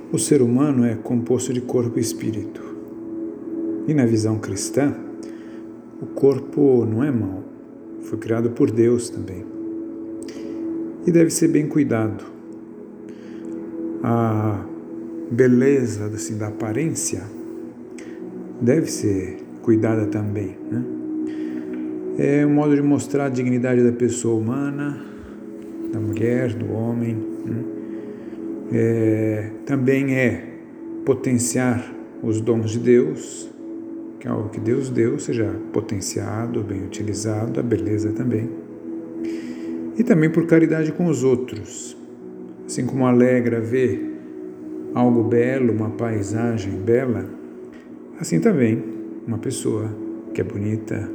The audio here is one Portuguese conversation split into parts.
O ser humano é composto de corpo e espírito. E na visão cristã, o corpo não é mau, foi criado por Deus também. E deve ser bem cuidado. A beleza assim, da aparência deve ser cuidada também, né? É um modo de mostrar a dignidade da pessoa humana, da mulher, do homem, né? Também é potenciar os dons de Deus, que é algo que Deus deu, seja potenciado, bem utilizado, a beleza também. E também por caridade com os outros, assim como alegra ver algo belo, uma paisagem bela, assim também uma pessoa que é bonita.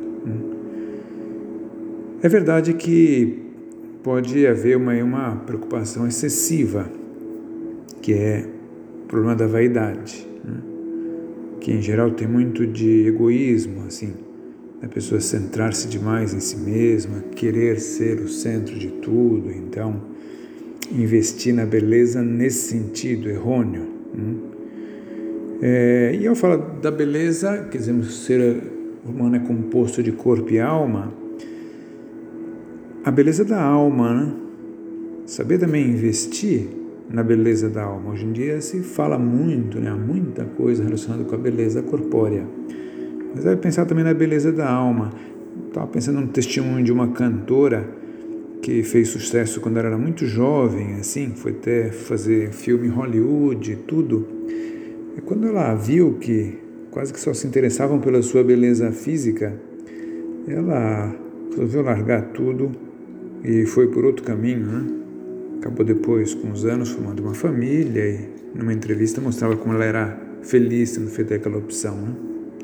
É verdade que pode haver uma preocupação excessiva, que é o problema da vaidade, né? Que em geral tem muito de egoísmo, assim, a pessoa centrar-se demais em si mesma, querer ser o centro de tudo, então investir na beleza nesse sentido errôneo. E ao falar da beleza, quer dizer, o ser humano é composto de corpo e alma, a beleza da alma, né? Saber também investir na beleza da alma. Hoje em dia se fala muito, né? Há muita coisa relacionada com a beleza corpórea. Mas deve pensar também na beleza da alma. Estava pensando no testemunho de uma cantora que fez sucesso quando ela era muito jovem, assim, foi até fazer filme em Hollywood e tudo. E quando ela viu que quase que só se interessavam pela sua beleza física, ela resolveu largar tudo e foi por outro caminho, né? Acabou depois, com os anos, formando uma família e numa entrevista mostrava como ela era feliz tendo feito aquela opção, né?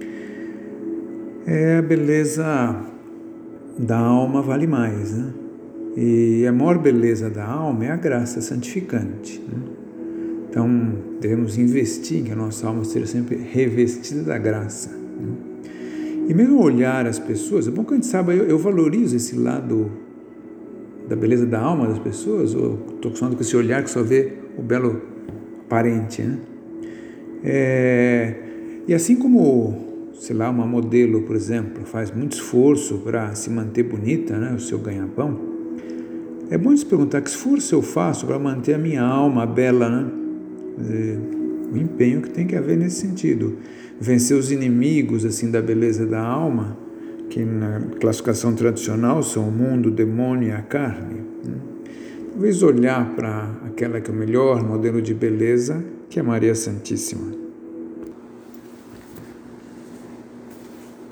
A beleza da alma vale mais, né? E a maior beleza da alma é a graça santificante, né? Então, devemos investir em que a nossa alma seja sempre revestida da graça, né? E mesmo olhar as pessoas, é bom que a gente saiba, eu valorizo esse lado da beleza da alma das pessoas, ou estou acostumado com esse olhar que só vê o belo aparente, né? E assim como, sei lá, uma modelo, por exemplo, faz muito esforço para se manter bonita, né, o seu ganha-pão, é bom se perguntar que esforço eu faço para manter a minha alma bela, né? Quer dizer, o empenho que tem que haver nesse sentido. Vencer os inimigos assim da beleza da alma, que na classificação tradicional são o mundo, o demônio e a carne, né? Talvez olhar para aquela que é o melhor modelo de beleza, que é Maria Santíssima.